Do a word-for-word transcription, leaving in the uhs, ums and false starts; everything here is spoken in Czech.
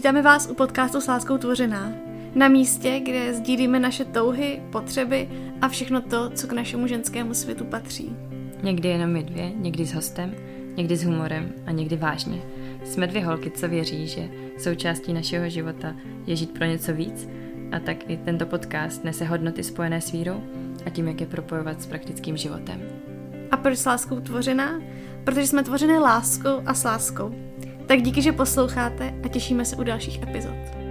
Vítáme vás u podcastu S láskou tvořená. Na místě, kde sdílíme naše touhy, potřeby a všechno to, co k našemu ženskému světu patří. Někdy jenom my dvě, někdy s hostem, někdy s humorem a někdy vážně. Jsme dvě holky, co věří, že součástí našeho života je žít pro něco víc, a tak i tento podcast nese hodnoty spojené s vírou a tím, jak je propojovat s praktickým životem. A proč S láskou tvořená? Protože jsme tvořené láskou a s láskou. Tak díky, že posloucháte a těšíme se u dalších epizod.